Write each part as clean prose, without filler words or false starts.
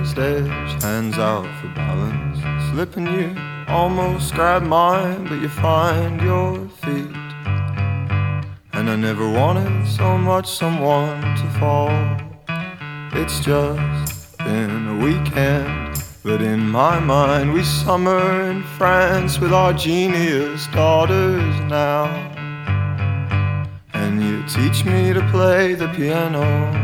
raised edge, hands out for balance. Slipping you almost grab mine, but you find your feet. And I never wanted so much someone to fall. It's just been a weekend, but in my mind we summer in France with our genius daughters now. And you teach me to play the piano.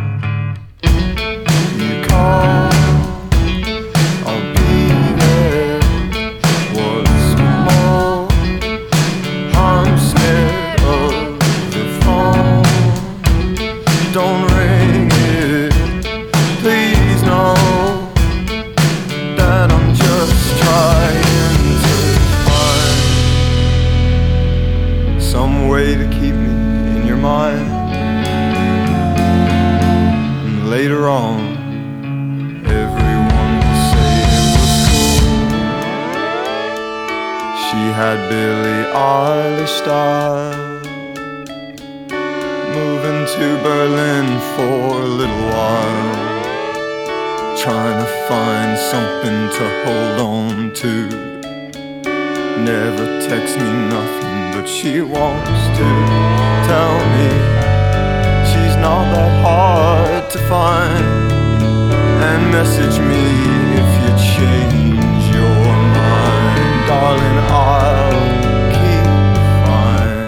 You call, I'll be there. What's more, I'm scared of the phone. Don't ring it, please know that I'm just trying to find some way to keep me in your mind. And later on, everyone will say it was cool. She had Billie Eilish style. Moving to Berlin for a little while, trying to find something to hold on to. Never texts me nothing, but she wants to tell me she's not that hard to find. And message me if you change your mind, darling, I'll keep fine.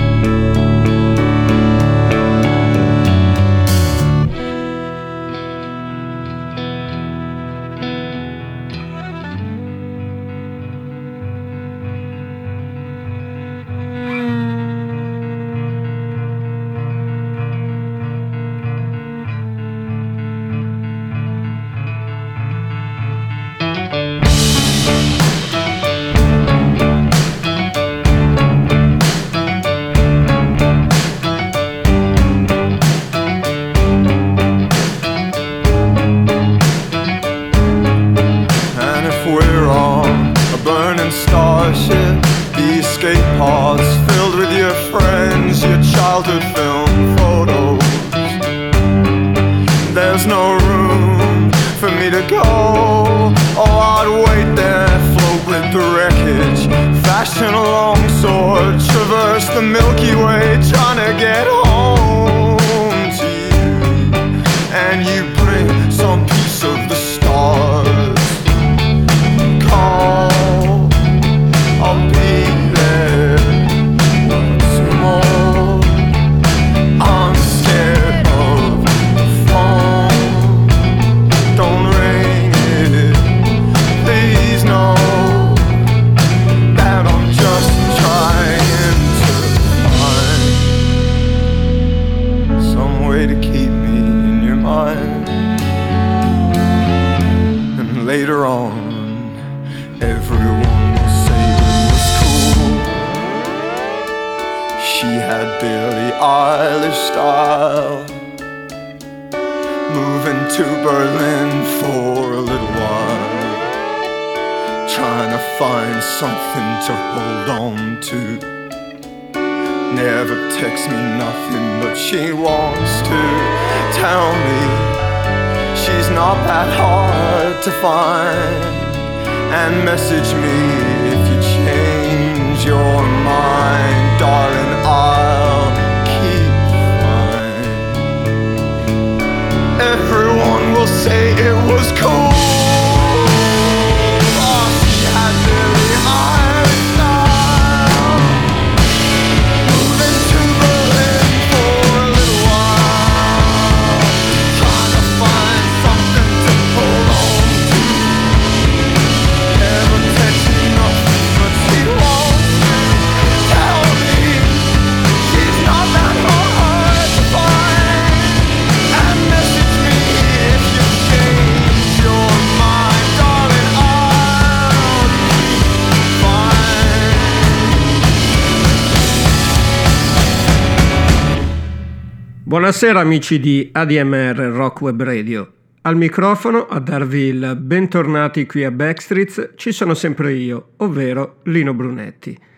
Buonasera amici di ADMR Rock Web Radio. Al microfono a darvi il bentornati qui a Backstreets ci sono sempre io, ovvero Lino Brunetti.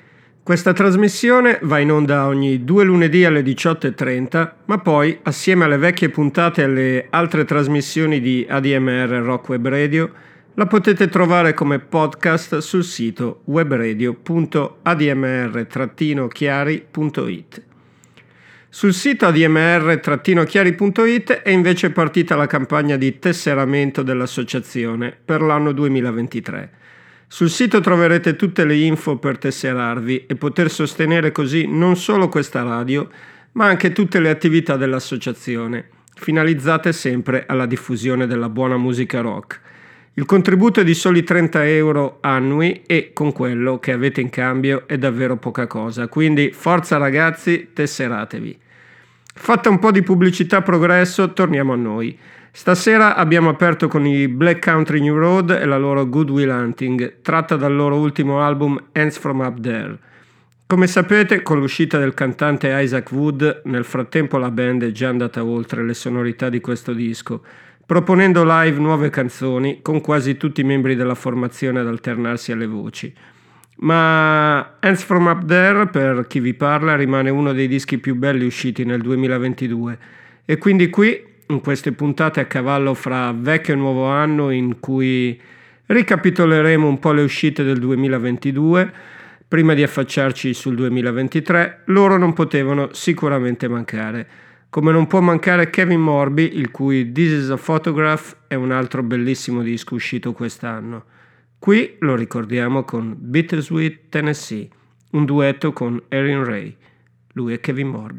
Questa trasmissione va in onda ogni 2 lunedì alle 18:30, ma poi, assieme alle vecchie puntate e alle altre trasmissioni di ADMR Rock Web Radio, la potete trovare come podcast sul sito webradio.admr-chiari.it. Sul sito admr-chiari.it è invece partita la campagna di tesseramento dell'associazione per l'anno 2023. Sul sito troverete tutte le info per tesserarvi e poter sostenere così non solo questa radio, ma anche tutte le attività dell'associazione, finalizzate sempre alla diffusione della buona musica rock. Il contributo è di soli 30 euro annui e con quello che avete in cambio è davvero poca cosa, quindi forza ragazzi, tesseratevi. Fatta un po' di pubblicità progresso, torniamo a noi. Stasera abbiamo aperto con i Black Country New Road e la loro Good Will Hunting, tratta dal loro ultimo album Hands From Up There. Come sapete, con l'uscita del cantante Isaac Wood, nel frattempo la band è già andata oltre le sonorità di questo disco, proponendo live nuove canzoni con quasi tutti i membri della formazione ad alternarsi alle voci. Ma Hands From Up There, per chi vi parla, rimane uno dei dischi più belli usciti nel 2022 e quindi qui, in queste puntate a cavallo fra vecchio e nuovo anno in cui ricapitoleremo un po' le uscite del 2022, prima di affacciarci sul 2023, loro non potevano sicuramente mancare. Come non può mancare Kevin Morby, il cui This Is a Photograph è un altro bellissimo disco uscito quest'anno. Qui lo ricordiamo con Bittersweet Tennessee, un duetto con Erin Ray. Lui è Kevin Morby.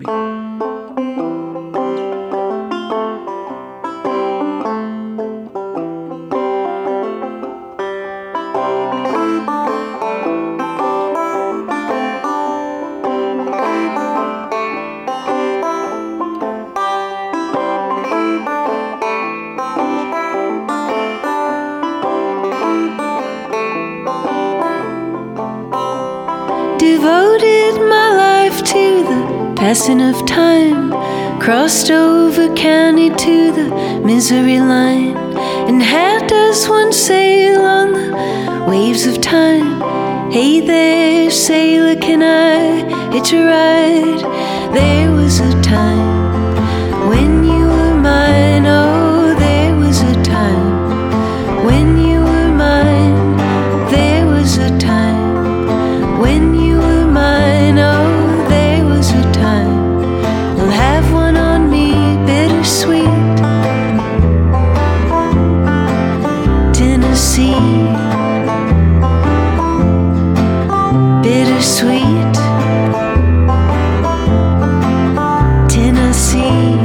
Devoted my life to the passing of time, crossed over county to the misery line, and how does one sail on the waves of time? Hey there, sailor, can I hitch a ride? There was a time when you were mine, oh, there was a time when you were mine, there was a time when you were mine, oh, there was a time. You'll have one on me, bittersweet Tennessee, bittersweet Tennessee.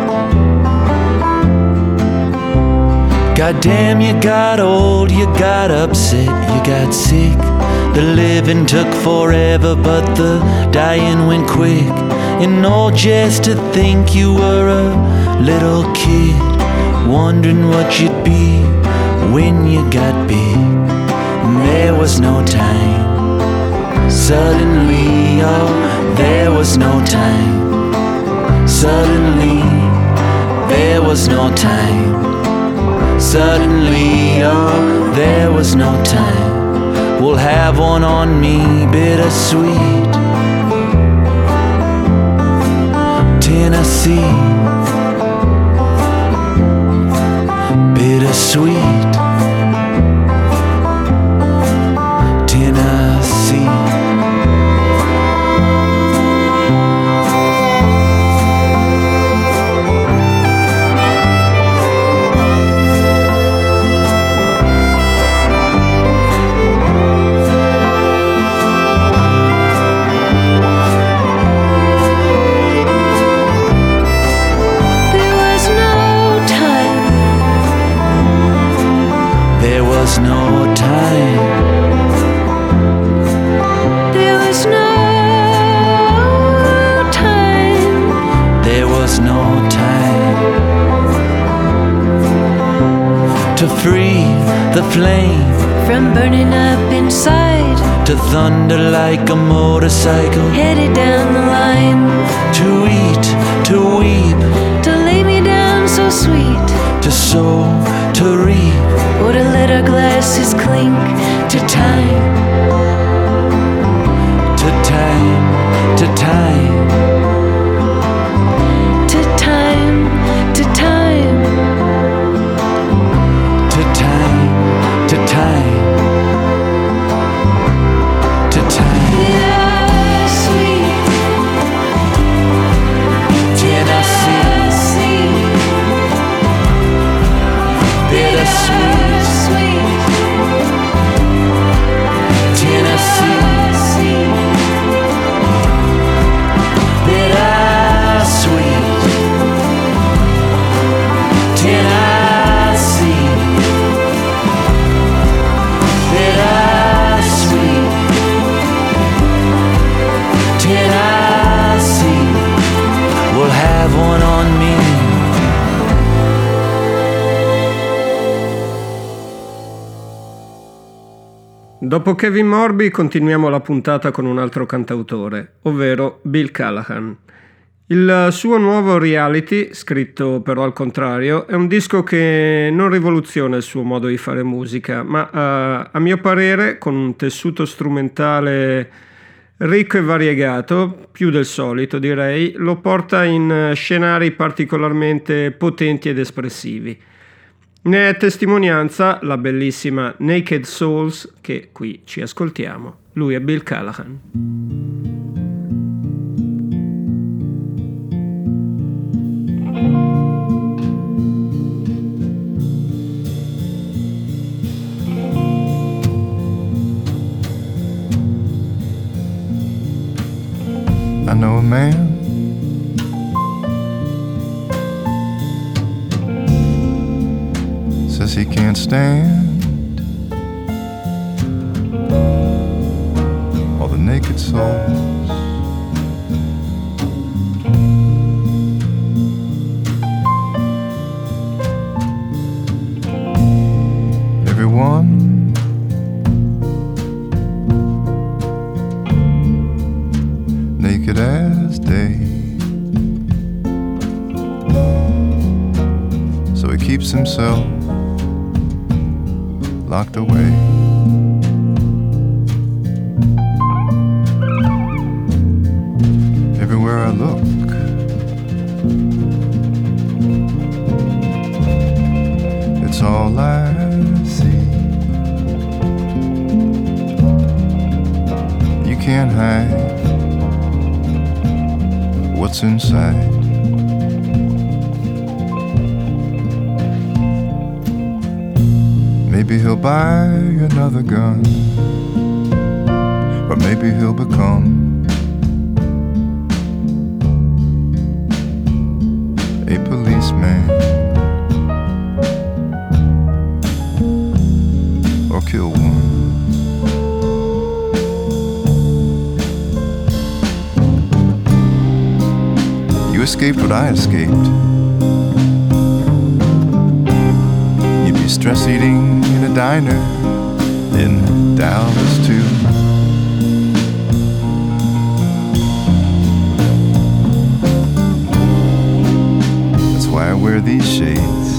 Goddamn, you got old, you got upset, you got sick. The living took forever, but the dying went quick. And all just to think you were a little kid, wondering what you'd be when you got big. And there was no time, suddenly, oh, there was no time. Suddenly, there was no time. Suddenly, oh, there was no time. We'll have one on me, bittersweet Tennessee, bittersweet Tennessee. There was no time. There was no time. There was no time to free the flame From burning up inside, to thunder like a motorcycle, headed down the line, to eat, to weep, to lay me down so sweet, to sow, to reap, or to let our glasses clink to time. to time. time, to time, to time, to time, to time, to time. bittersweet, Tennessee, bittersweet, Tennessee, bittersweet, Tennessee, bittersweet, Tennessee. We'll have one on me. Dopo Kevin Morby continuiamo la puntata con un altro cantautore, ovvero Bill Callahan. Il suo nuovo Reality, scritto però al contrario, è un disco che non rivoluziona il suo modo di fare musica, ma a mio parere, con un tessuto strumentale ricco e variegato, più del solito direi, lo porta in scenari particolarmente potenti ed espressivi. Ne è testimonianza la bellissima Naked Souls che qui ci ascoltiamo. Lui è Bill Callahan. I know a man says he can't stand all the naked souls. Everyone naked as day, so he keeps himself locked away. Everywhere I look, it's all I see. You can't hide what's inside. Maybe he'll buy another gun, or maybe he'll become a policeman, or kill one. You escaped what I escaped. You'd be stress eating in a diner in Dallas too. That's why I wear these shades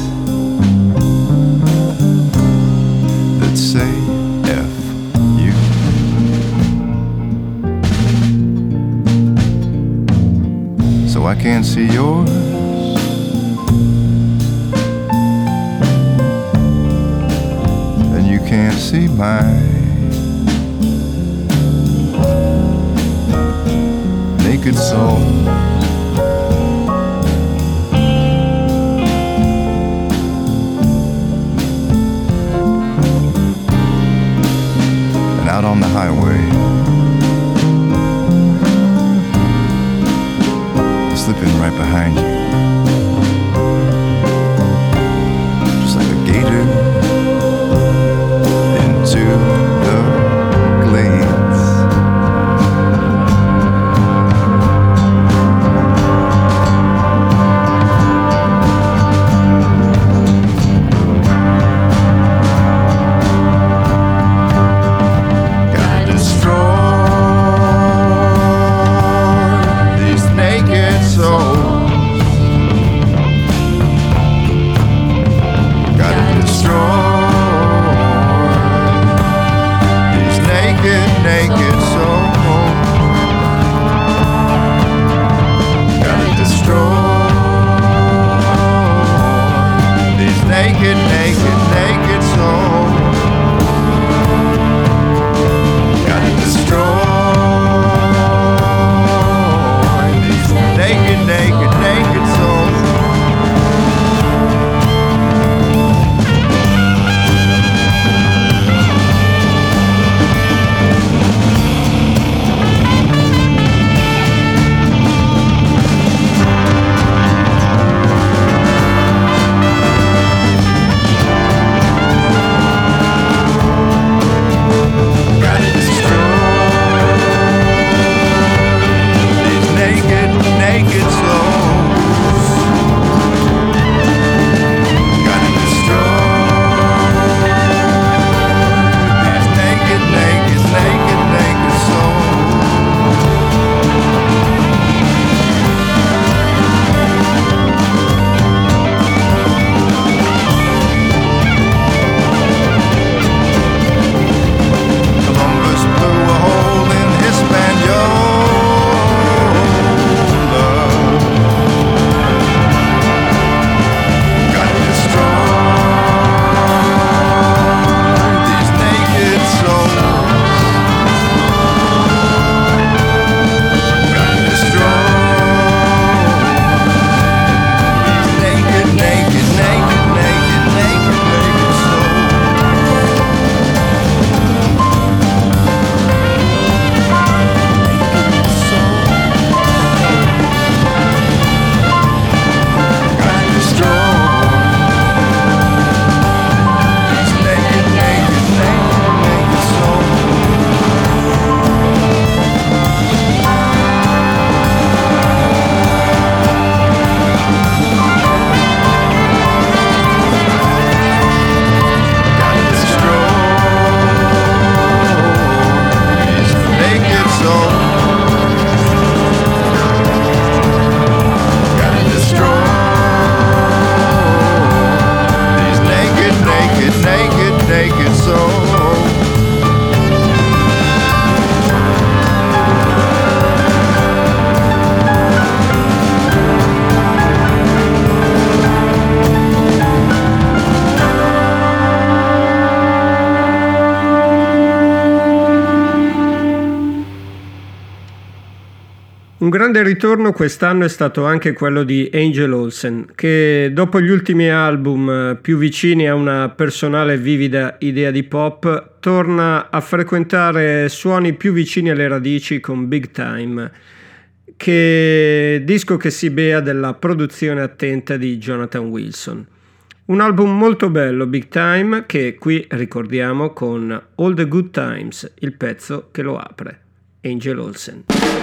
that say F you. So I can't see yours, and you can't see mine. Naked soul, and out on the highway, slipping right behind you, just like a gator into the glades. Gotta destroy these naked souls. Gotta destroy Un grande ritorno quest'anno è stato anche quello di Angel Olsen, che dopo gli ultimi album più vicini a una personale e vivida idea di pop, torna a frequentare suoni più vicini alle radici con Big Time, disco che si bea della produzione attenta di Jonathan Wilson. Un album molto bello, Big Time, che qui ricordiamo con All the Good Times, il pezzo che lo apre, Angel Olsen.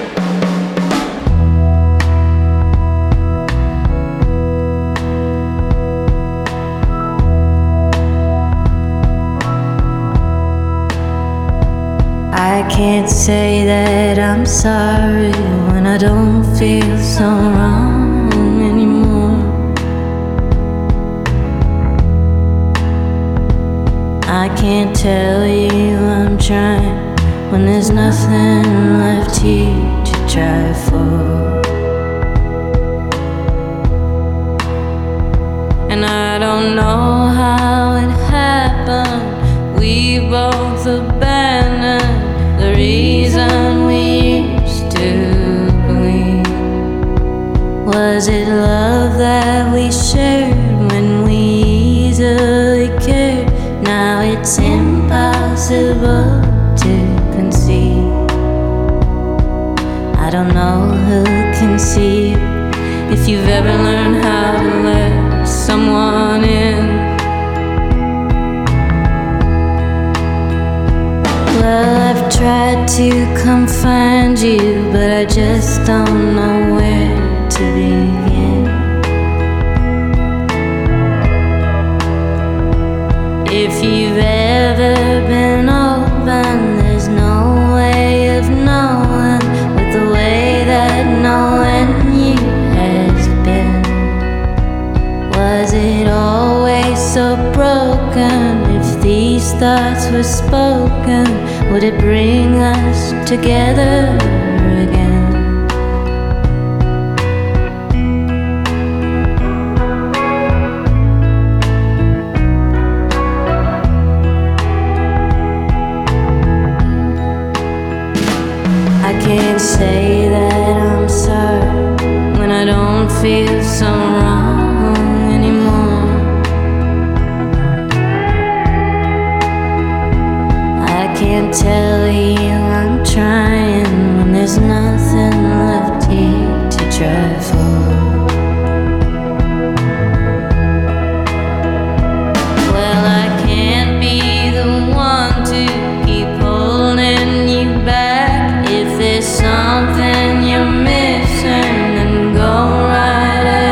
I can't say that I'm sorry when I don't feel so wrong anymore. I can't tell you I'm trying when there's nothing left here to try for. And I don't know how it happened, we both abandoned the reason we used to believe. Was it love that we shared when we easily cared? Now it's impossible to conceive. I don't know who can see if you've ever learned how to let someone in. Well, I've tried to come find you, but I just don't know where to begin. If you've ever been open, there's no way of knowing with the way that knowing you has been. Was it always so broken? If these thoughts were spoken, would it bring us together again? I can't say that I'm sorry when I don't feel so wrong anymore. I can't tell you I'm trying when there's nothing left here to try for. Well, I can't be the one to keep holding you back. If there's something you're missing, then go right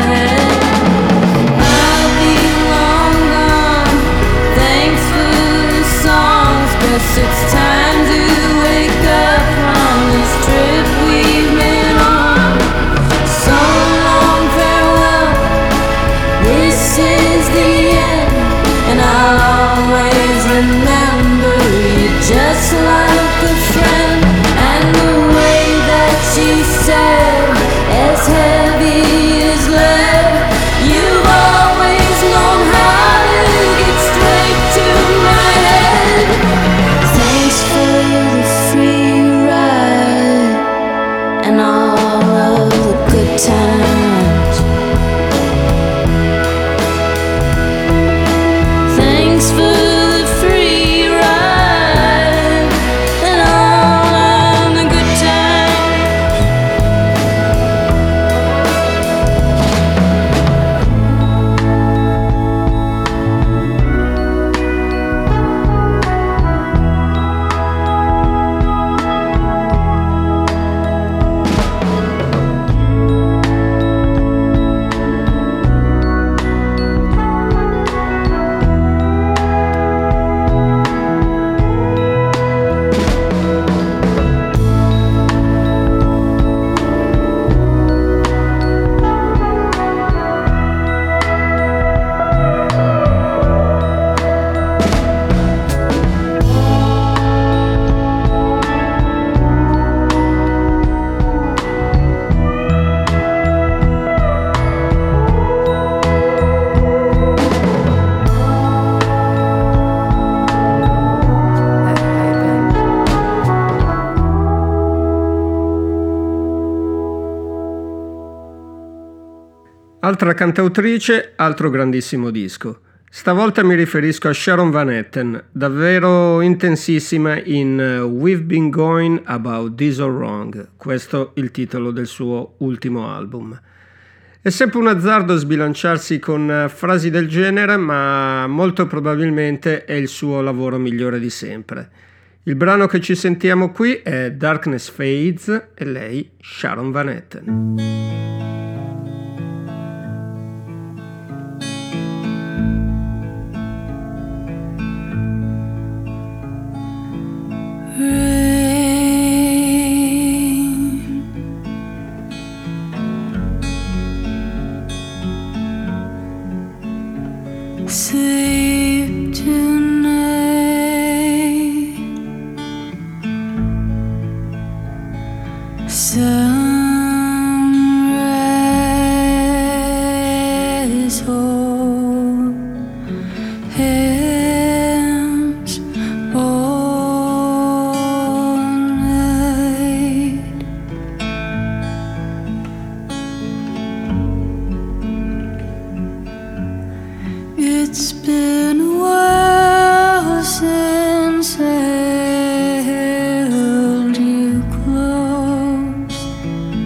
Altra cantautrice, altro grandissimo disco. Stavolta mi riferisco a Sharon Van Etten, davvero intensissima in We've Been Going About This All Wrong, questo il titolo del suo ultimo album. È sempre un azzardo sbilanciarsi con frasi del genere, ma molto probabilmente è il suo lavoro migliore di sempre. Il brano che ci sentiamo qui è Darkness Fades e lei Sharon Van Etten. Sleep tonight. Sunrise, hold hands all night. It's been a while since I held you close.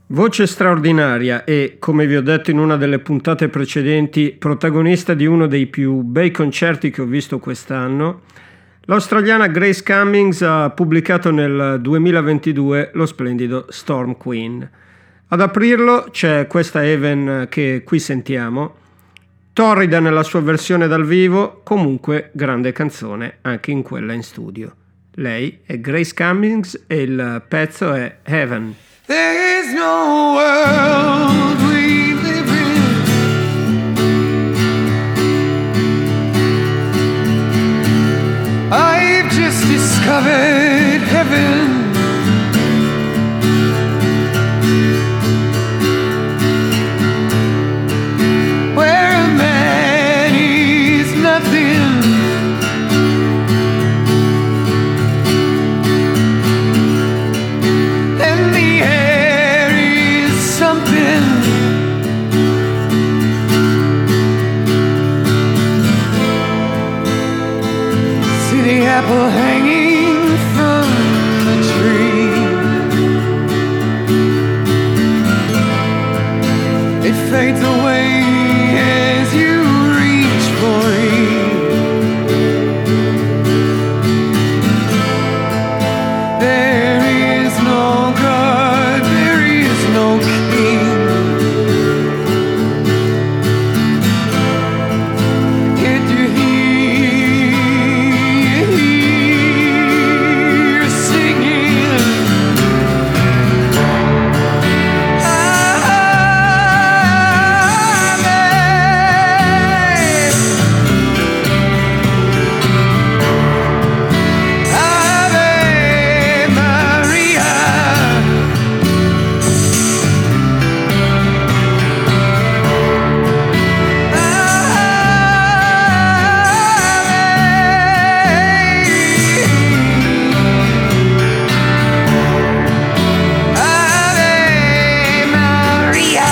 Voce straordinaria e, come vi ho detto in una delle puntate precedenti, protagonista di uno dei più bei concerti che ho visto quest'anno, l'australiana Grace Cummings ha pubblicato nel 2022 lo splendido Storm Queen. Ad aprirlo c'è questa Heaven che qui sentiamo, torrida nella sua versione dal vivo, comunque grande canzone anche in quella in studio. Lei è Grace Cummings e il pezzo è Heaven. There is no world we live in I've just discovered heaven Where a man is nothing And the air is something See the apple hanging from the tree It fades away as you reach for it There is no God, there is no king Yet you hear singing Ave Maria Ave Maria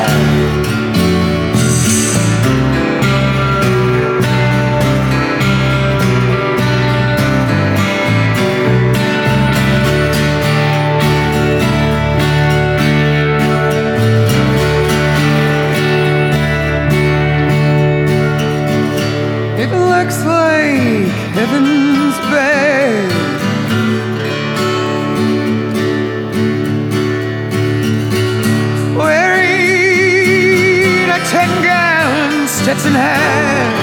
It looks like heaven's bed Wearing a 10-gallon Stetson hat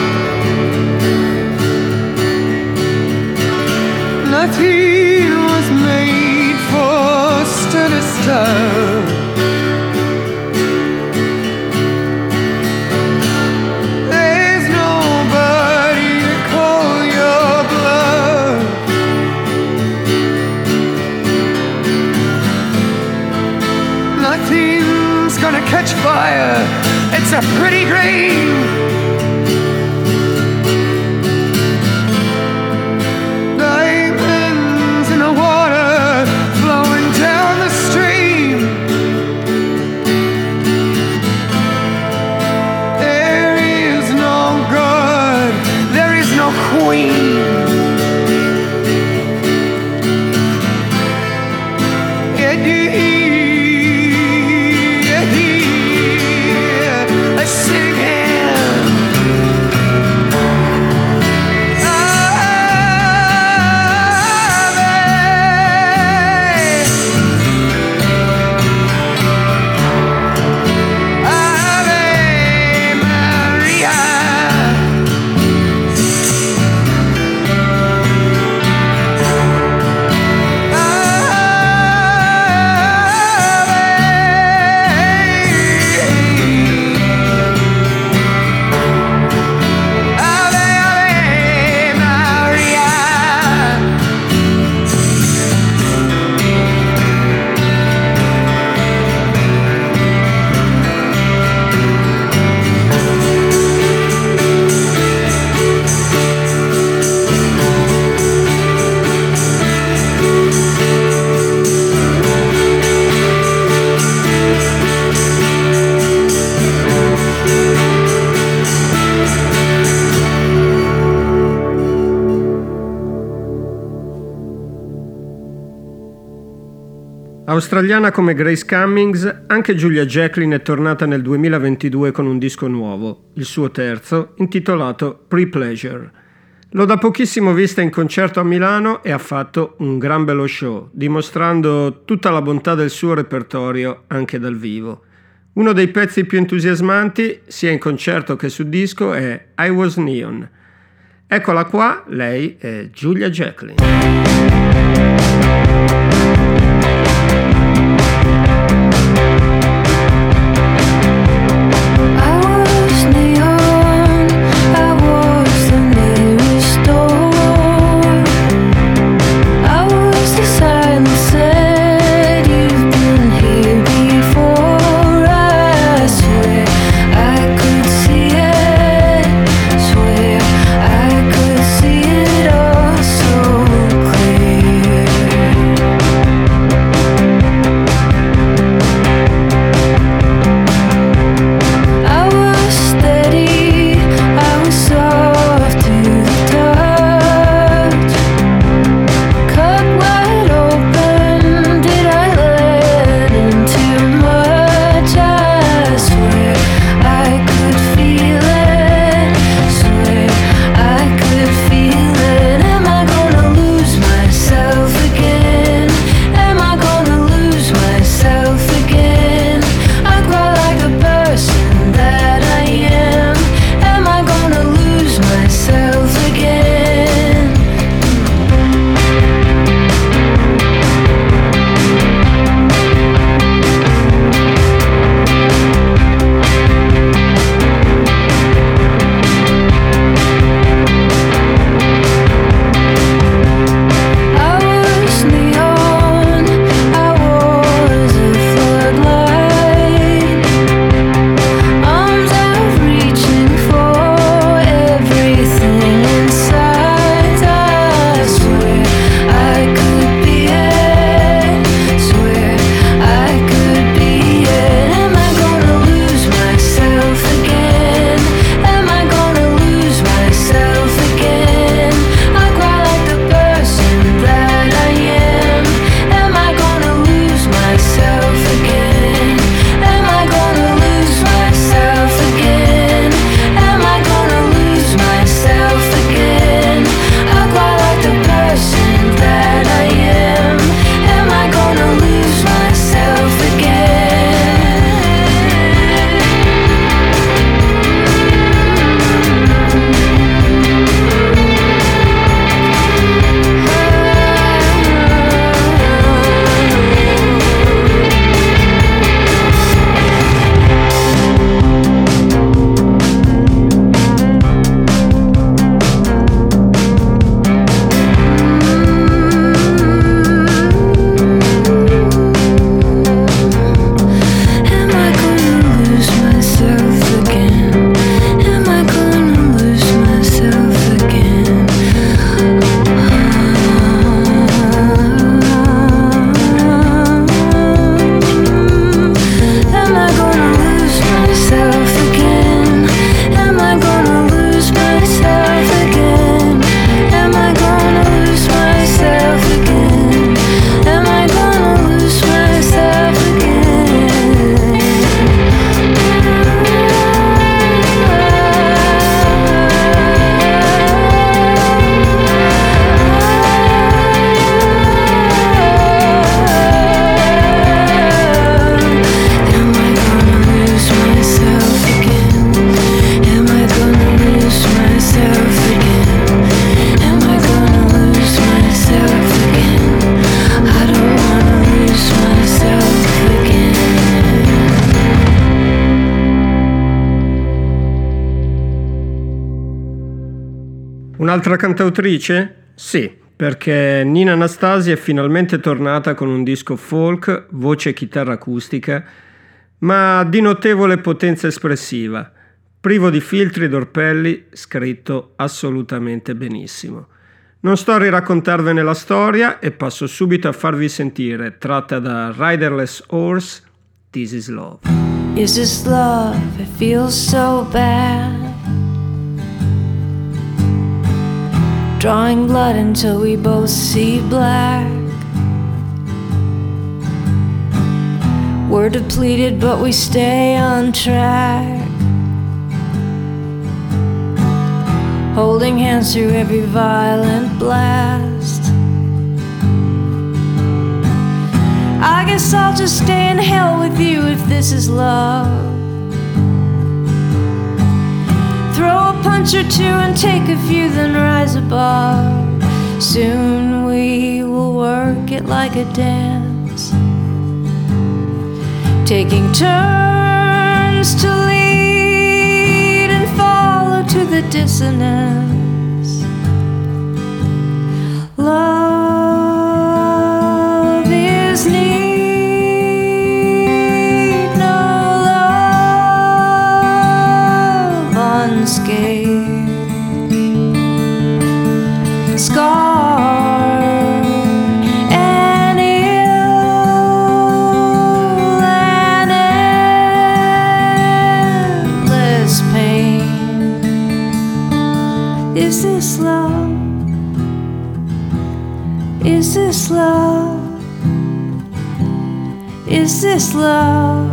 Nothing was made for sturdy stuff There's nobody to call your bluff Nothing's gonna catch fire It's a pretty green Diamonds in the water Flowing down the stream There is no God, there is no queen Yet you hear a singing Australiana come Grace Cummings, anche Julia Jacklin è tornata nel 2022 con un disco nuovo, il suo terzo, intitolato Pre-Pleasure. L'ho da pochissimo vista in concerto a Milano e ha fatto un gran bello show, dimostrando tutta la bontà del suo repertorio anche dal vivo. Uno dei pezzi più entusiasmanti, sia in concerto che su disco, è I Was Neon. Eccola qua, lei è Julia Jacklin. Un'altra cantautrice? Sì, perché Nina Anastasi è finalmente tornata con un disco folk, voce e chitarra acustica, ma di notevole potenza espressiva, privo di filtri ed orpelli, scritto assolutamente benissimo. Non sto a riraccontarvene la storia e passo subito a farvi sentire, tratta da Riderless Horse, This Is Love. Is this love? It feels so bad. Drawing blood until we both see black. We're depleted, but we stay on track. Holding hands through every violent blast. I guess I'll just stay in hell with you if this is love. Throw a punch or two and take a few, then rise above. Soon we will work it like a dance, taking turns to lead and follow to the dissonance. Love is need, no love unscathed, scarred and ill and endless pain. Is this love? Is this love? Is this love?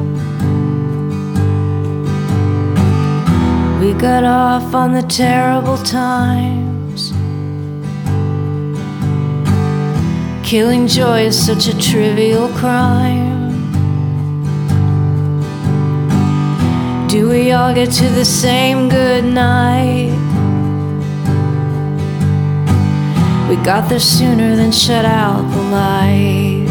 We got off on the terrible times. Killing joy is such a trivial crime. Do we all get to the same good night? We got there sooner than shut out the light.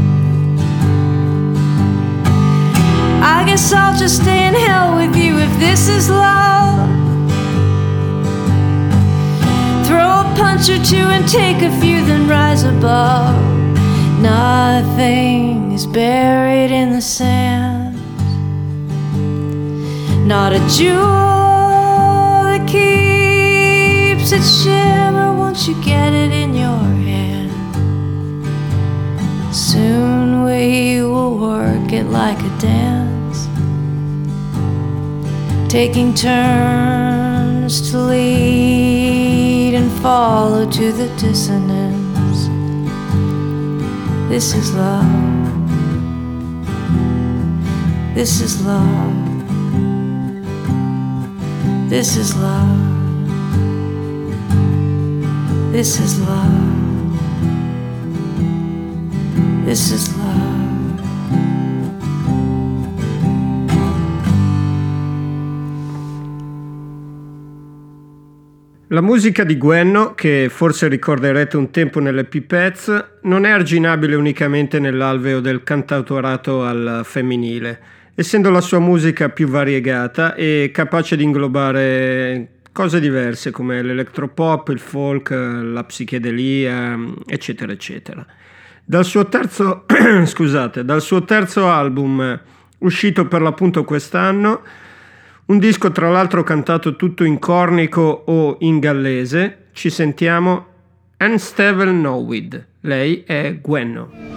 I guess I'll just stay in hell with you if this is love. Throw a punch or two and take a few, then rise above. Nothing is buried in the sand. Not a jewel that keeps its shimmer once you get it in your hand. Soon we will work it like a dance, taking turns to lead and follow to the dissonance. This is love. This is love. This is love. This is love. This is love. La musica di Guenno, che forse ricorderete un tempo nelle Pipettes, non è arginabile unicamente nell'alveo del cantautorato al femminile, essendo la sua musica più variegata e capace di inglobare cose diverse come l'elettropop, il folk, la psichedelia, eccetera eccetera. Dal suo terzo album, uscito per l'appunto quest'anno, un disco tra l'altro cantato tutto in cornico o in gallese, ci sentiamo Anne Stevel Nowid. Lei è Guenno.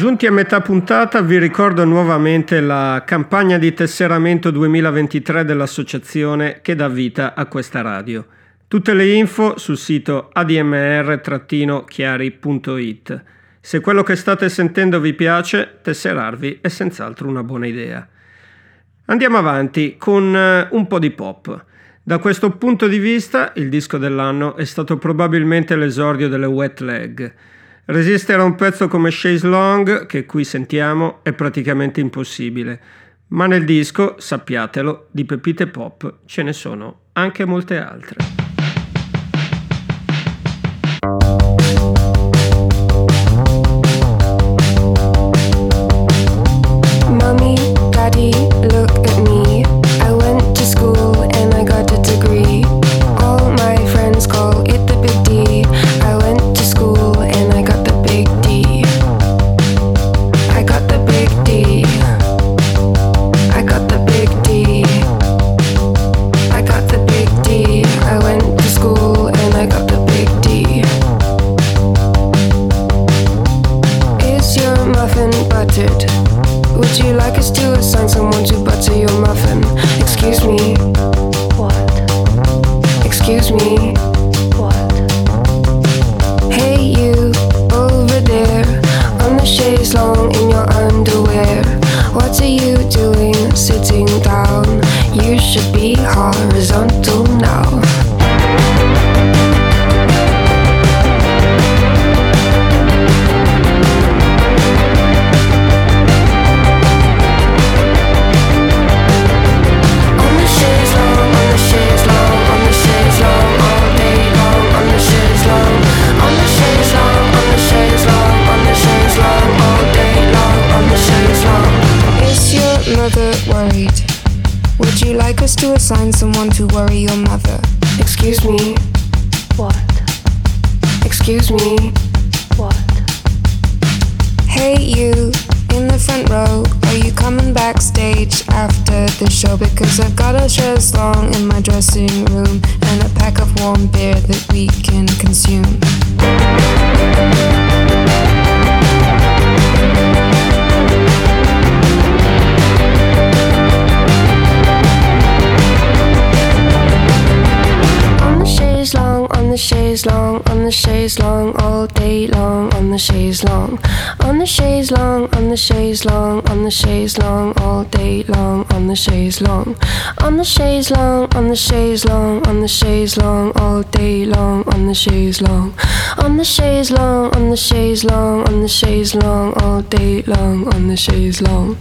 Giunti a metà puntata vi ricordo nuovamente la campagna di tesseramento 2023 dell'associazione che dà vita a questa radio. Tutte le info sul sito admr-chiari.it. Se quello che state sentendo vi piace, tesserarvi è senz'altro una buona idea. Andiamo avanti con un po' di pop. Da questo punto di vista, il disco dell'anno è stato probabilmente l'esordio delle Wet Leg. Resistere a un pezzo come Chaise Longue, che qui sentiamo, è praticamente impossibile. Ma nel disco, sappiatelo, di pepite pop ce ne sono anche molte altre. Mommy, Daddy, look at me. I went to school and I got a degree. All my friends call it the big D. I went to school and I got the big D. I got the big D. I got the big D. I got the big D. I went to school and I got the big D. Is your muffin buttered? Would you like us to assign someone to butter your muffin? Excuse me. What? Excuse me. What? Hey you, over there, on the chaise longue in your underwear. What are you doing sitting down? You should be horizontal now. Mother worried. Would you like us to assign someone to worry your mother? Excuse me. What? Excuse me. What? Hey you, in the front row, are you coming backstage after the show? Because I've got a chaise longue in my dressing room and a pack of warm beer that we can consume. On the chaise longue, on the chaise longue, all day long, on the chaise longue. On the chaise longue, on the chaise longue, on the chaise longue, all day long, on the chaise longue. On the chaise longue, on the chaise longue, on the chaise longue, all day long, on the chaise longue. On the chaise longue, on the chaise longue, on the chaise longue, all day long, on the chaise longue.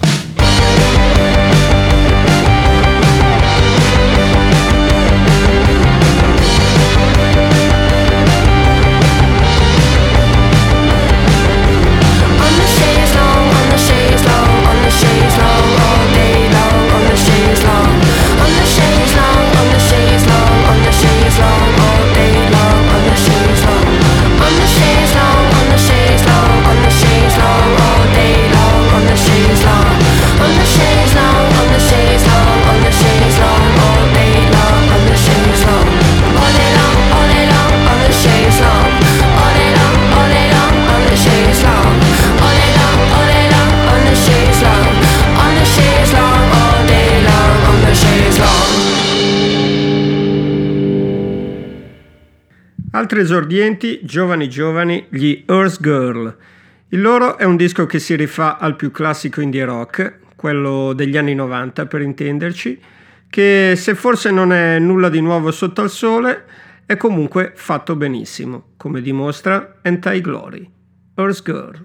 Altri esordienti, giovani, gli Earth Girl. Il loro è un disco che si rifà al più classico indie rock, quello degli anni 90 per intenderci, che se forse non è nulla di nuovo sotto al sole, è comunque fatto benissimo, come dimostra Anti-Glory. Earth Girl.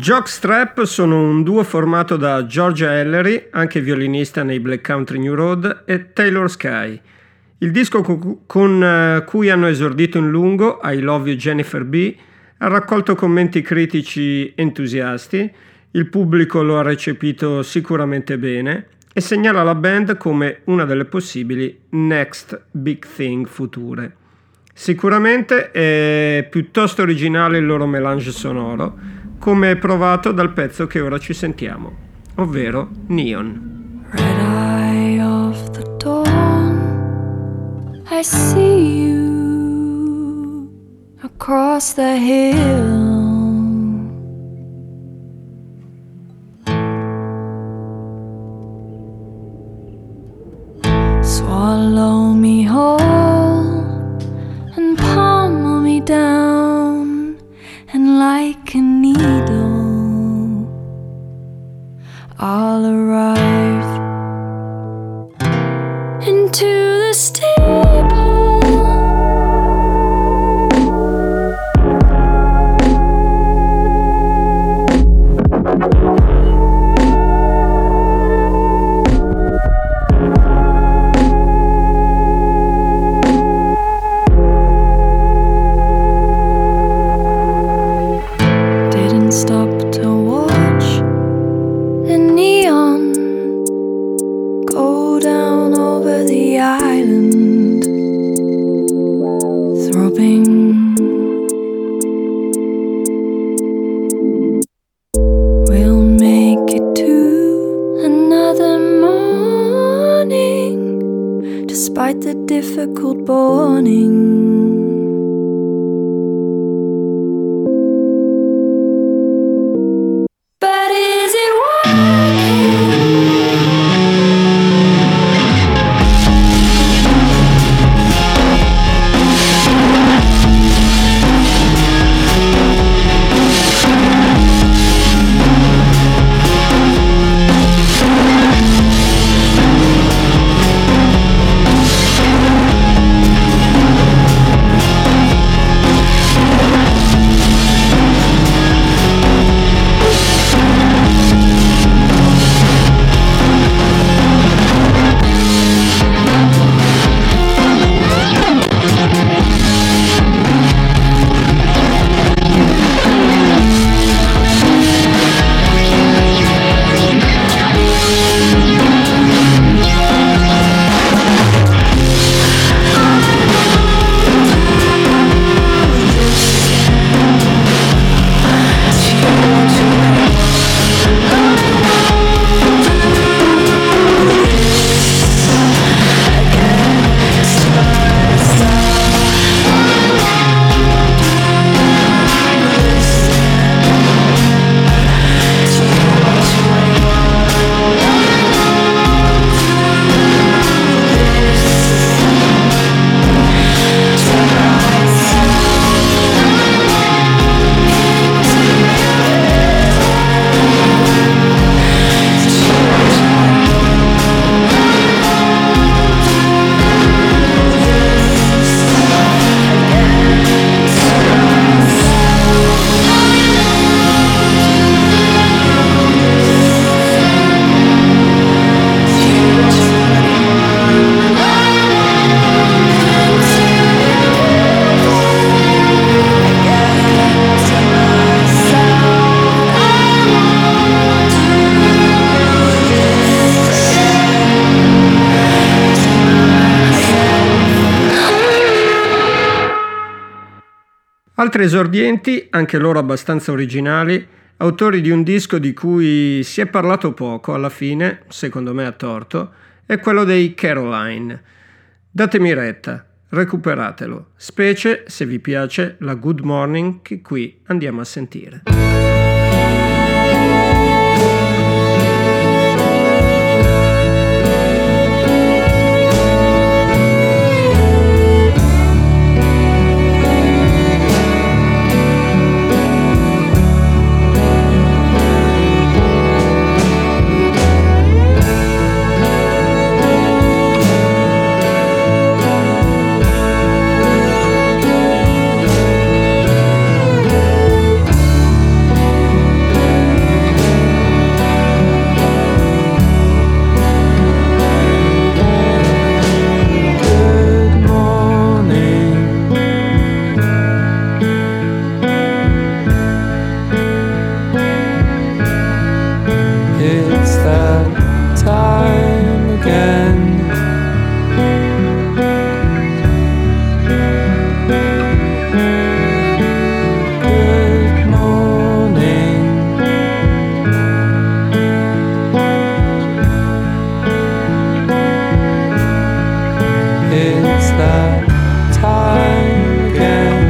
Jockstrap sono un duo formato da Georgia Ellery, anche violinista nei Black Country New Road, e Taylor Sky. Il disco con cui hanno esordito in lungo, I Love You Jennifer B, ha raccolto commenti critici entusiasti, il pubblico lo ha recepito sicuramente bene e segnala la band come una delle possibili next big thing future. Sicuramente è piuttosto originale il loro melange sonoro, come provato dal pezzo che ora ci sentiamo, ovvero Neon. Red eye of the dawn, I see you across the hill. Swallow me whole and pummel me down, and like a needle I'll arrive into the stable. Stop to watch the neon go down over the island, throbbing. We'll make it to another morning, despite the difficult morning. Altri esordienti, anche loro abbastanza originali, autori di un disco di cui si è parlato poco alla fine, secondo me a torto, è quello dei Caroline. Datemi retta, recuperatelo, specie se vi piace la Good Morning che qui andiamo a sentire. got time again.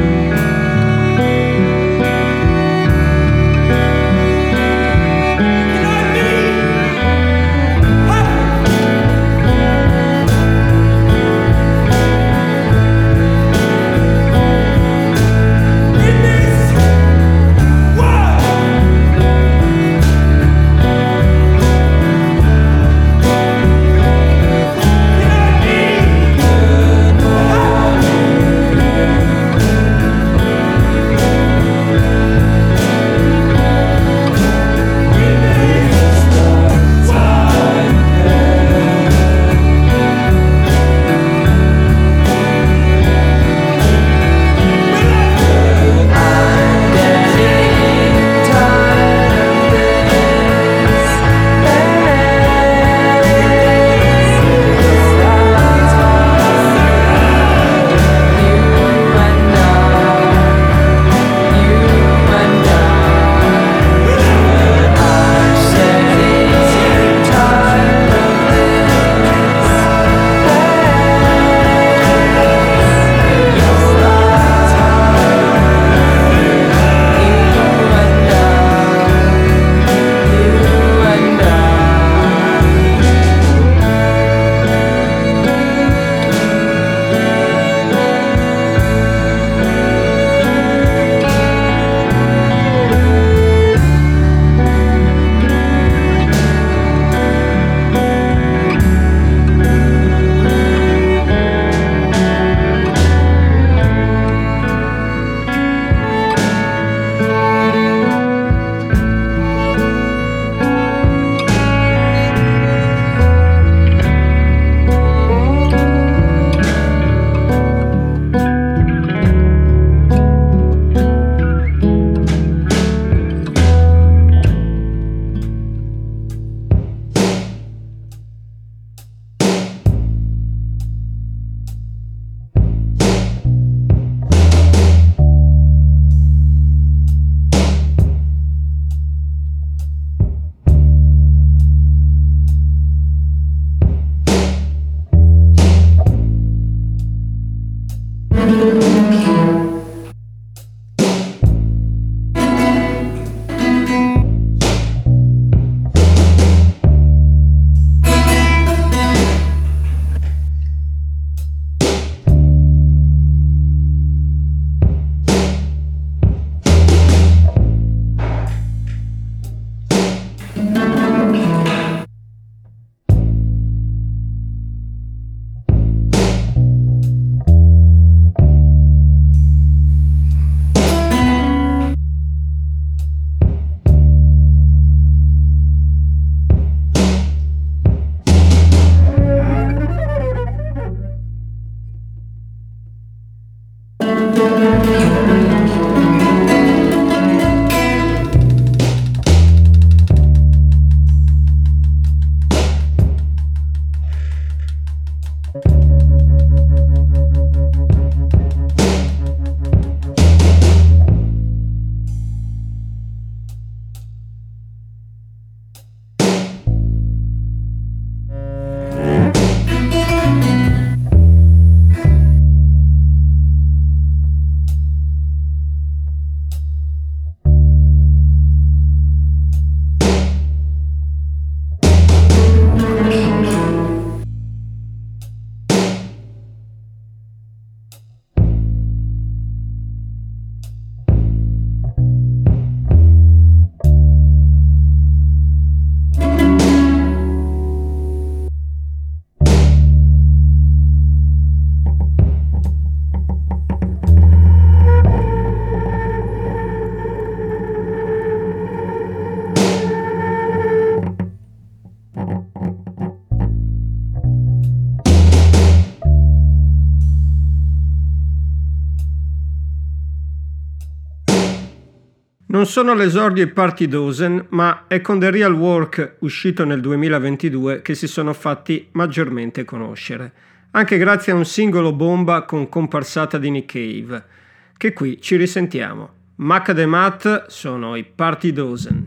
Non sono l'esordio i Party Dozen, ma è con The Real Work, uscito nel 2022, che si sono fatti maggiormente conoscere, anche grazie a un singolo bomba con comparsata di Nick Cave, che qui ci risentiamo. Macadam sono i Party Dozen.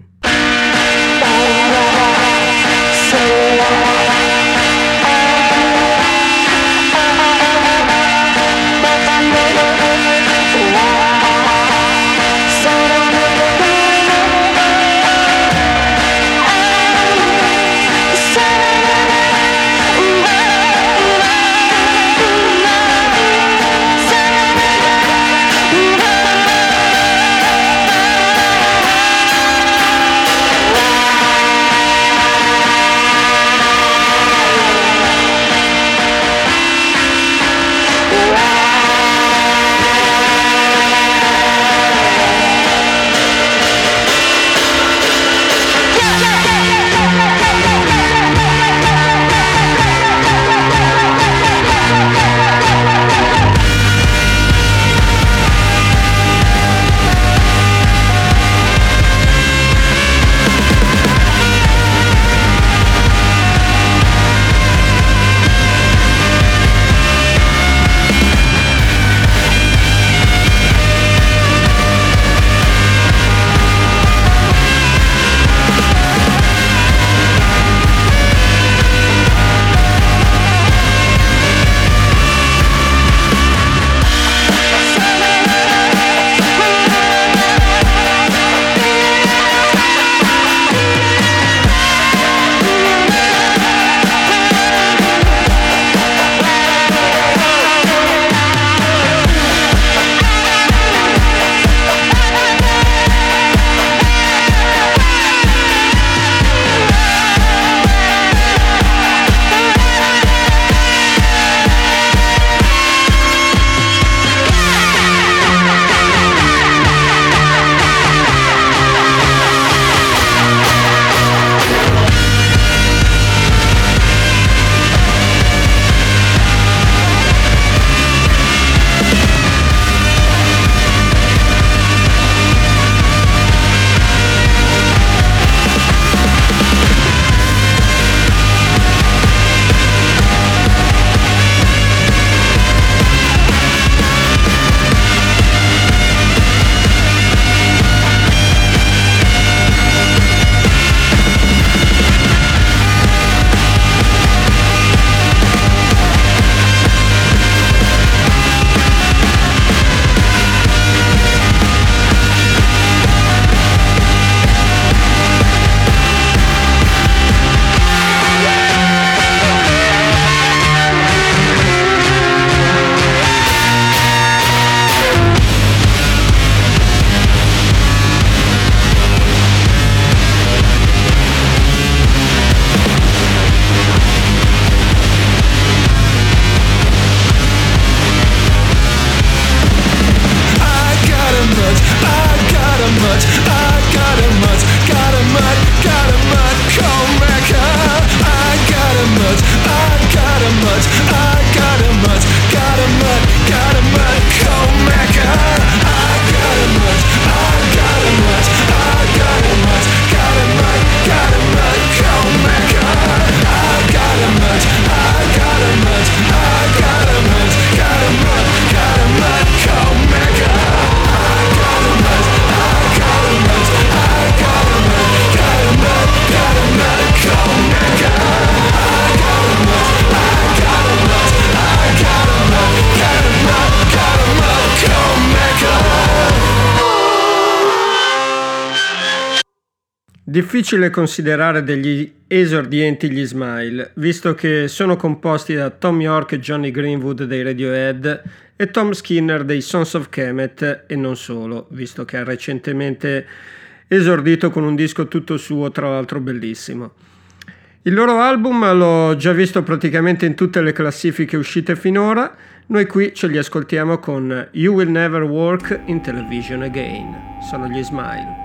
Difficile considerare degli esordienti gli Smile, visto che sono composti da Thom Yorke e Johnny Greenwood dei Radiohead e Tom Skinner dei Sons of Kemet, e non solo, visto che ha recentemente esordito con un disco tutto suo, tra l'altro bellissimo. Il loro album l'ho già visto praticamente in tutte le classifiche uscite finora. Noi qui ce li ascoltiamo con You Will Never Work in Television Again. Sono gli Smile.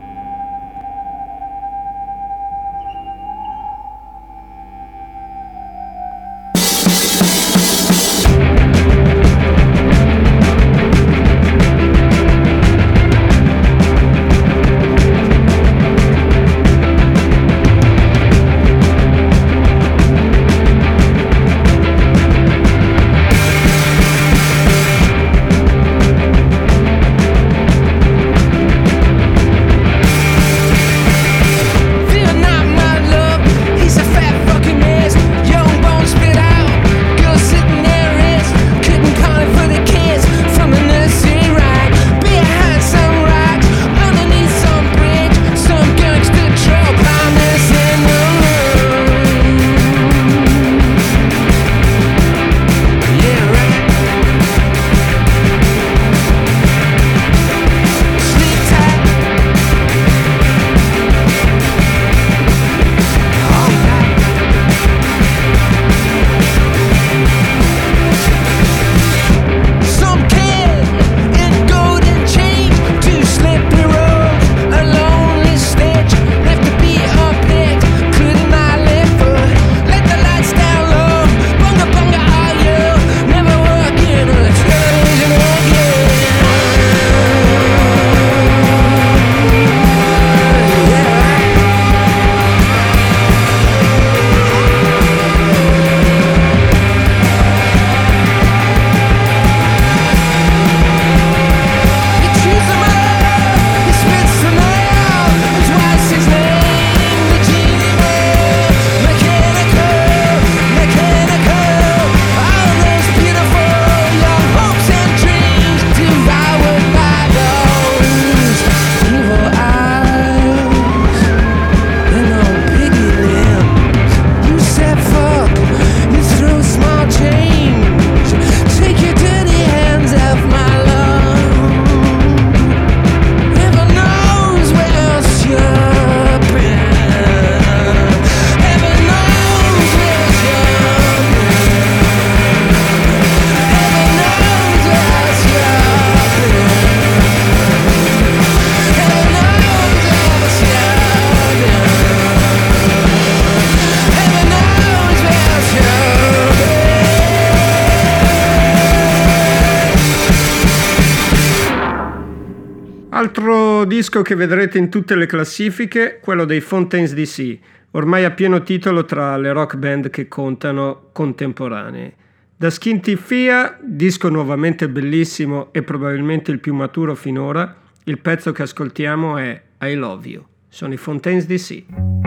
Altro disco che vedrete in tutte le classifiche, quello dei Fontaines DC, ormai a pieno titolo tra le rock band che contano contemporanee. Da Skin Fia, disco nuovamente bellissimo e probabilmente il più maturo finora, il pezzo che ascoltiamo è I Love You. Sono i Fontaines DC.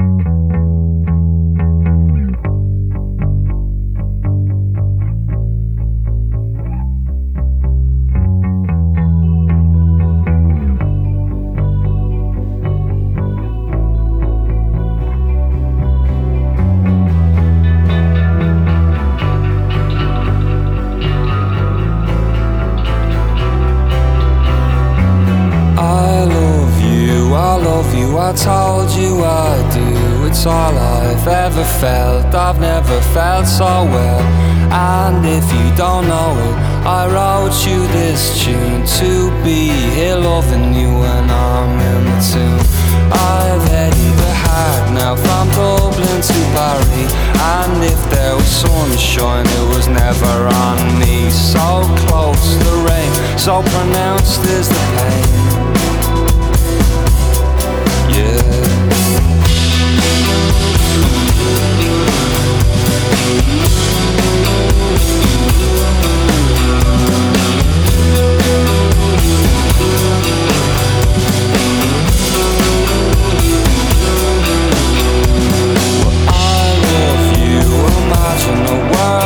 I told you I do, it's all I've ever felt. I've never felt so well. And if you don't know it, I wrote you this tune to be here loving you when I'm in the tune. I've headed the hard now from Dublin to Paris, and if there was sunshine it was never on me. So close the rain, so pronounced is the pain.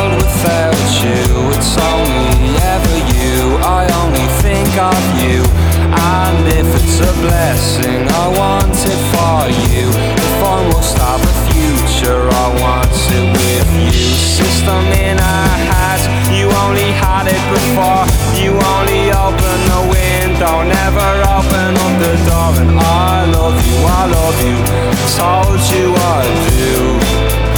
Without you, it's only ever you. I only think of you. in our hearts. You only had it before. You only open the window, never open up the door. And I love you, told you I do.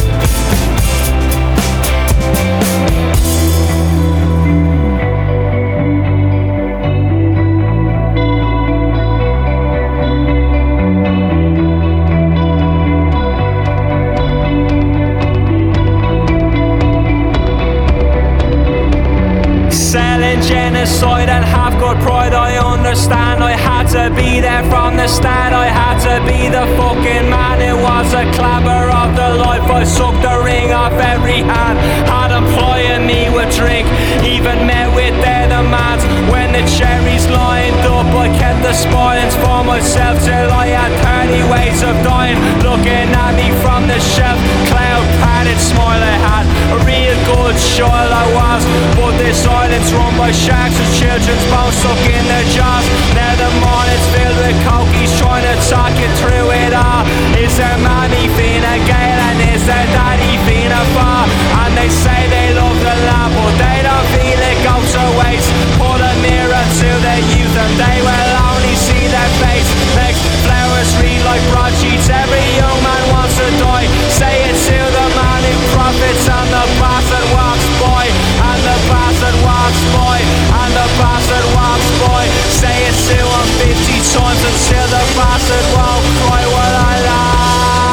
Genocide and have got pride, I understand. I had to be there from the start. I had to be the fucking man. It was a clapper of the life. I sucked the ring off every hand. Had employing me with drink, even met with their demands. When the cherries lined up, I kept the spoilings for myself till I had 30 ways of dying. Looking at me from the shelf, cloud padded smile I had. A real good child I was, but this island's run by sharks with children's bones stuck in their jaws. Now the morning's filled with cokies trying to talk you through it all. Is their mommy Fina Gael and is their daddy Fina Far? And they say they love the land but they don't feel it goes to waste. Put a mirror to their youth and they will only see their face. Next flowers read like broadsheets, every young man wants to die. Say it to the man who profits and the bastard walks by. And the bastard walks by. And the bastard walks by. Say it to him 50 times until the bastard won't cry. Will I lie?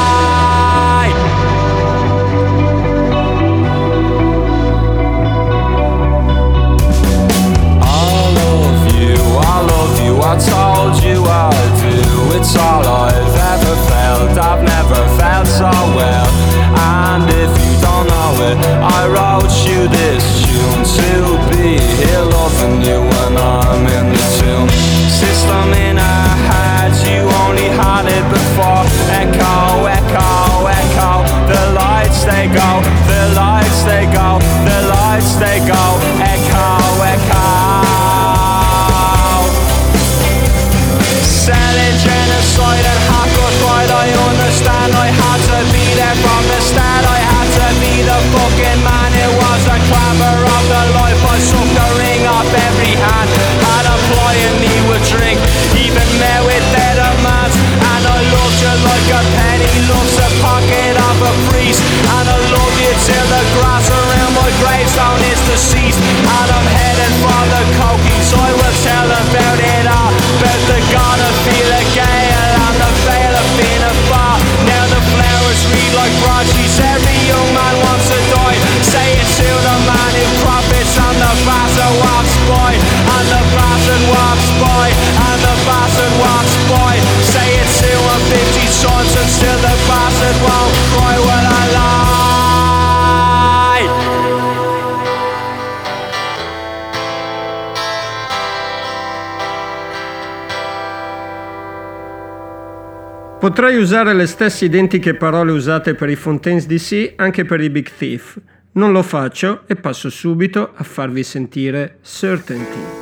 I told you I do. It's all I've ever felt. I've never felt so well. And if you don't know it, I wrote you this tune to be here loving you when I'm in the tune. System in our hearts, you only had it before. Echo, echo, echo. The lights they go, the lights they go, the lights they go. Echo, echo. Selling genocide and hardcore pride, I understand. I had to be there from the start. I had to be the fucking man. It was a clamor of the life. I sucked the ring off every hand. Had employing me with drink, even met with their demands. And I loved you like a penny loves a pocket of a priest. And I love you till the grass around my gravestone is deceased. And I'm headed for the cokies, I will tell about it all. About the god of Fina Gael and the veil of Fina Far. Now the flowers read like broadsheets, every young man wants to die. Say it to the man who profits and the bastard walks by. And the bastard walks by. And the bastard walks by. Say it to him 50 times and still the bastard won't cry. Will I lie? Potrei usare le stesse identiche parole usate per i Fontaines DC anche per i Big Thief. Non lo faccio e passo subito a farvi sentire Certainty.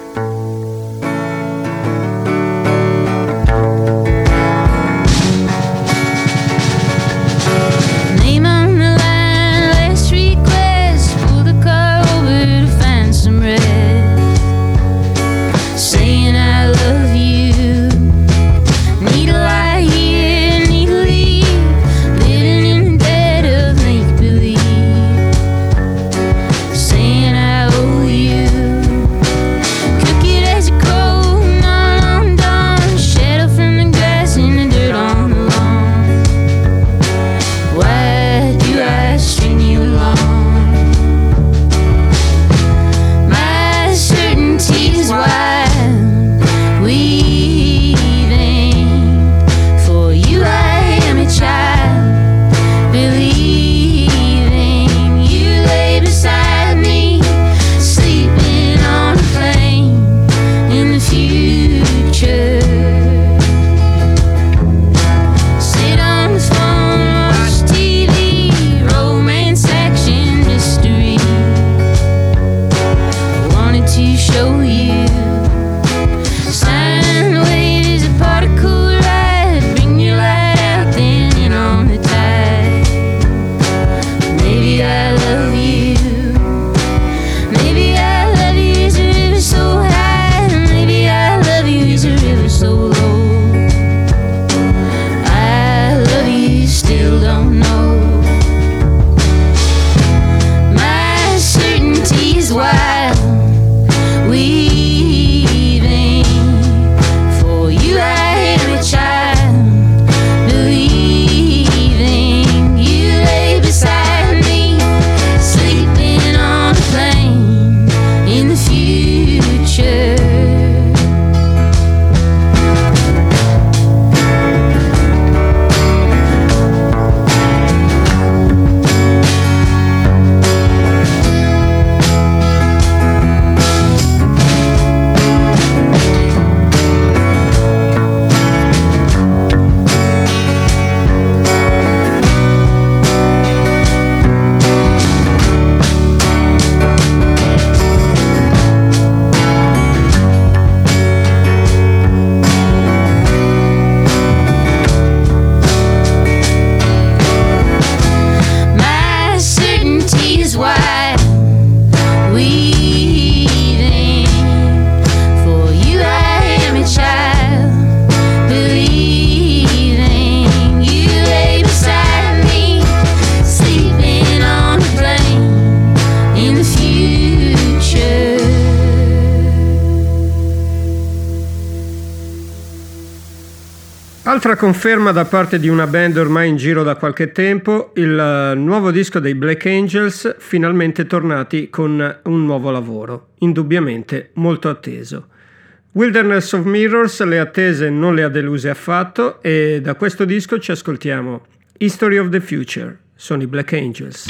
Altra conferma da parte di una band ormai in giro da qualche tempo, il nuovo disco dei Black Angels, finalmente tornati con un nuovo lavoro, indubbiamente molto atteso. Wilderness of Mirrors le attese non le ha deluse affatto e da questo disco ci ascoltiamo History of the Future, sono i Black Angels.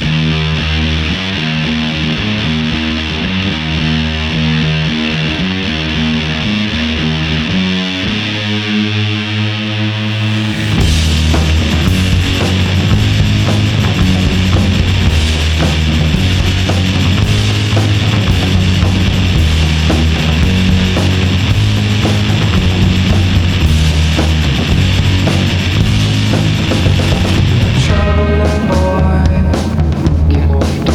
Traveling boy,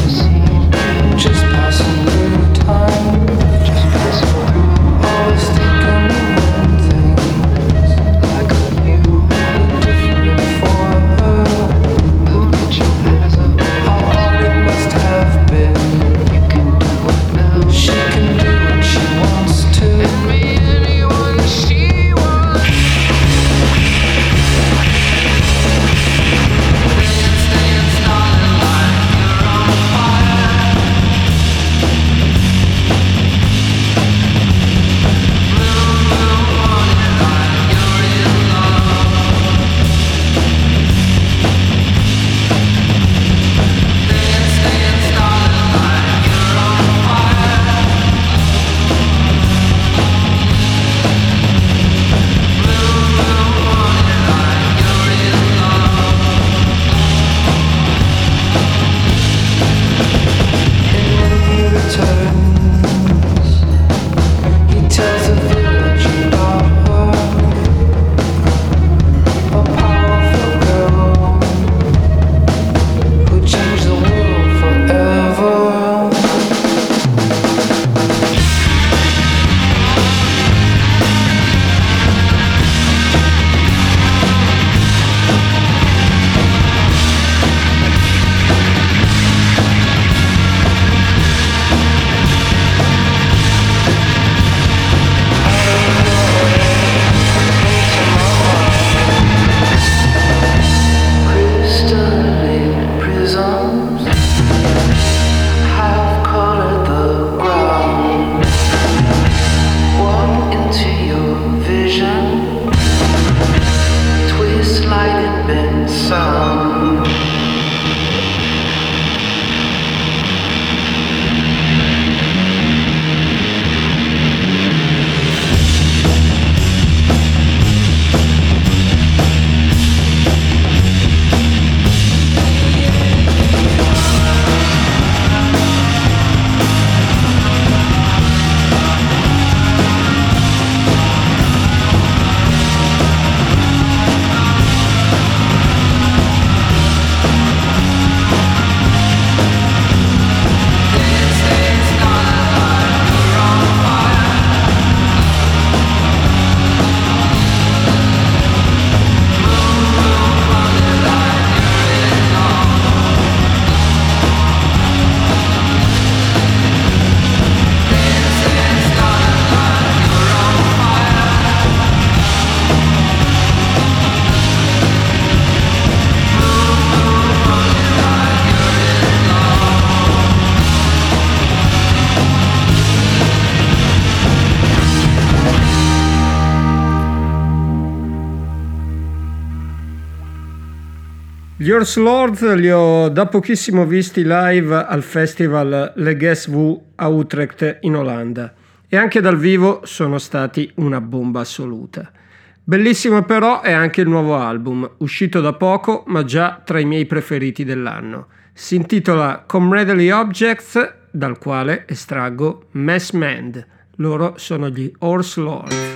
Gli Horse Lords li ho da pochissimo visti live al festival Le Guess a Utrecht in Olanda e anche dal vivo sono stati una bomba assoluta. Bellissimo però è anche il nuovo album, uscito da poco ma già tra i miei preferiti dell'anno. Si intitola Comradely Objects, dal quale estraggo Mass Mend. Loro sono gli Horse Lords.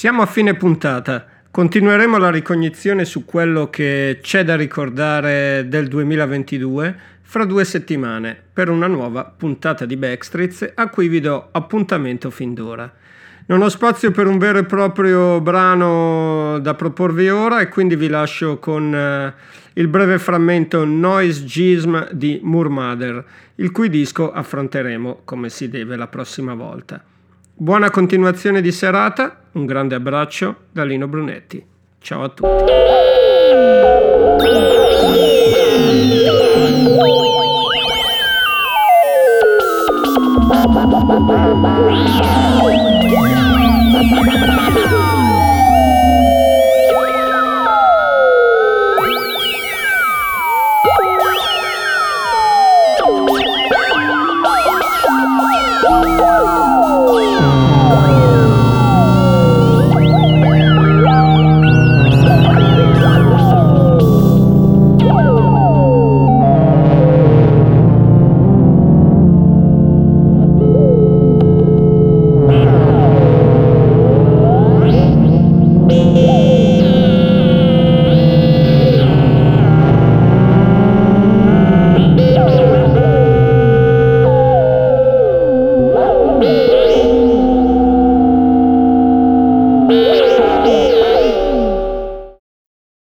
Siamo a fine puntata. Continueremo la ricognizione su quello che c'è da ricordare del 2022 fra 2 settimane per una nuova puntata di Backstreets a cui vi do appuntamento fin d'ora. Non ho spazio per un vero e proprio brano da proporvi ora e quindi vi lascio con il breve frammento Noise Gism di Moor Mother, il cui disco affronteremo come si deve la prossima volta. Buona continuazione di serata, un grande abbraccio da Lino Brunetti. Ciao a tutti.